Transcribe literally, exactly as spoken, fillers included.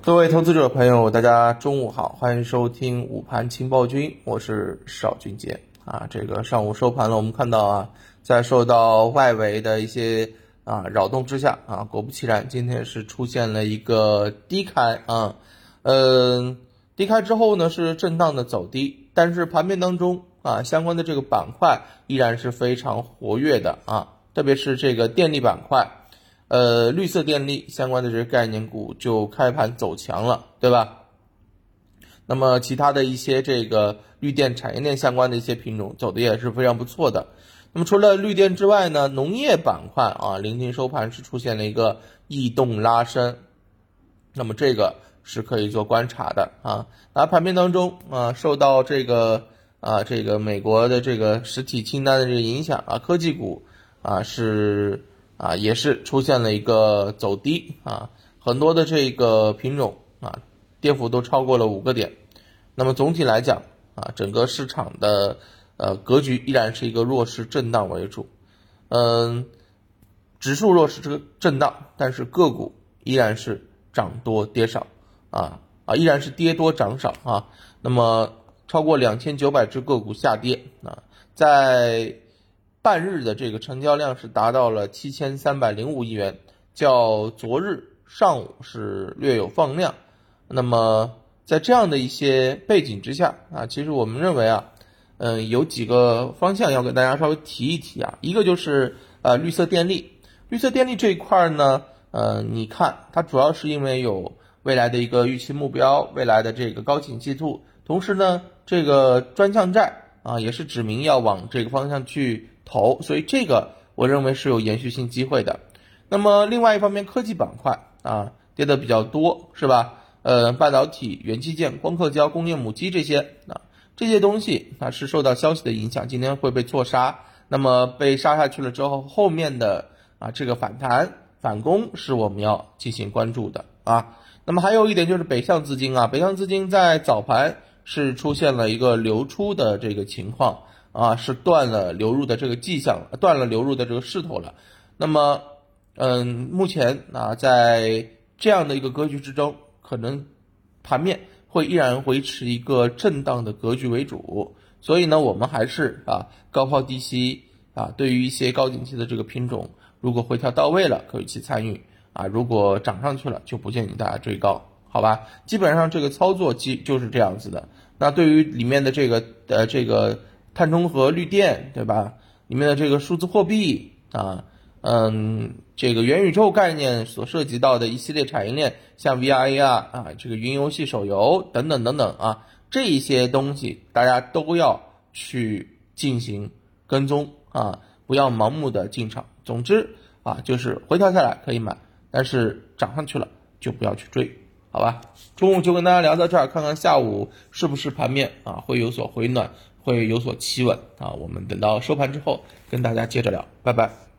各位投资者朋友，大家中午好，欢迎收听午盘情报君，我是邵俊杰啊。这个上午收盘了，我们看到啊，在受到外围的一些啊扰动之下啊，果不其然，今天是出现了一个低开啊，嗯、呃，低开之后呢是震荡的走低，但是盘面当中啊相关的这个板块依然是非常活跃的啊，特别是这个电力板块。呃，绿色电力相关的这个概念股就开盘走强了，对吧？那么其他的一些这个绿电产业链相关的一些品种走的也是非常不错的。那么除了绿电之外呢，农业板块啊，临近收盘是出现了一个异动拉升，那么这个是可以做观察的啊。那盘面当中啊，受到这个啊这个美国的这个实体清单的这个影响啊，科技股啊是。啊，也是出现了一个走低啊，很多的这个品种啊，跌幅都超过了五个点。那么总体来讲啊，整个市场的呃格局依然是一个弱势震荡为主，嗯，指数弱势这个震荡，但是个股依然是涨多跌少啊啊，依然是跌多涨少啊。那么超过两千九百只个股下跌啊，在半日的这个成交量是达到了七千三百零五亿元，较昨日上午是略有放量。那么在这样的一些背景之下啊，其实我们认为啊，嗯、呃，有几个方向要跟大家稍微提一提啊。一个就是呃绿色电力，绿色电力这一块呢，呃，你看它主要是因为有未来的一个预期目标，未来的这个高景气度，同时呢，这个专项债啊也是指明要往这个方向去投，所以这个我认为是有延续性机会的。那么另外一方面，科技板块啊跌的比较多，是吧？呃，半导体、元器件、光刻胶、工业母机这些啊这些东西啊是受到消息的影响，今天会被错杀。那么被杀下去了之后，后面的啊这个反弹反攻是我们要进行关注的啊。那么还有一点就是北向资金啊，北向资金在早盘是出现了一个流出的这个情况。啊，是断了流入的这个迹象，断了流入的这个势头了。那么，嗯，目前啊，在这样的一个格局之中，可能盘面会依然维持一个震荡的格局为主。所以呢，我们还是啊高抛低吸啊，对于一些高景气的这个品种，如果回调到位了，可以去参与啊；如果涨上去了，就不建议大家追高，好吧？基本上这个操作基就是这样子的。那对于里面的这个呃这个。碳中和、绿电，对吧？里面的这个数字货币啊，嗯，这个元宇宙概念所涉及到的一系列产业链，像 V R A R 啊，这个云游戏、手游等等等等啊，这一些东西大家都要去进行跟踪啊，不要盲目的进场。总之啊，就是回调下来可以买，但是涨上去了就不要去追，好吧？中午就跟大家聊到这儿，看看下午是不是盘面啊会有所回暖。会有所企稳啊，我们等到收盘之后跟大家接着聊，拜拜。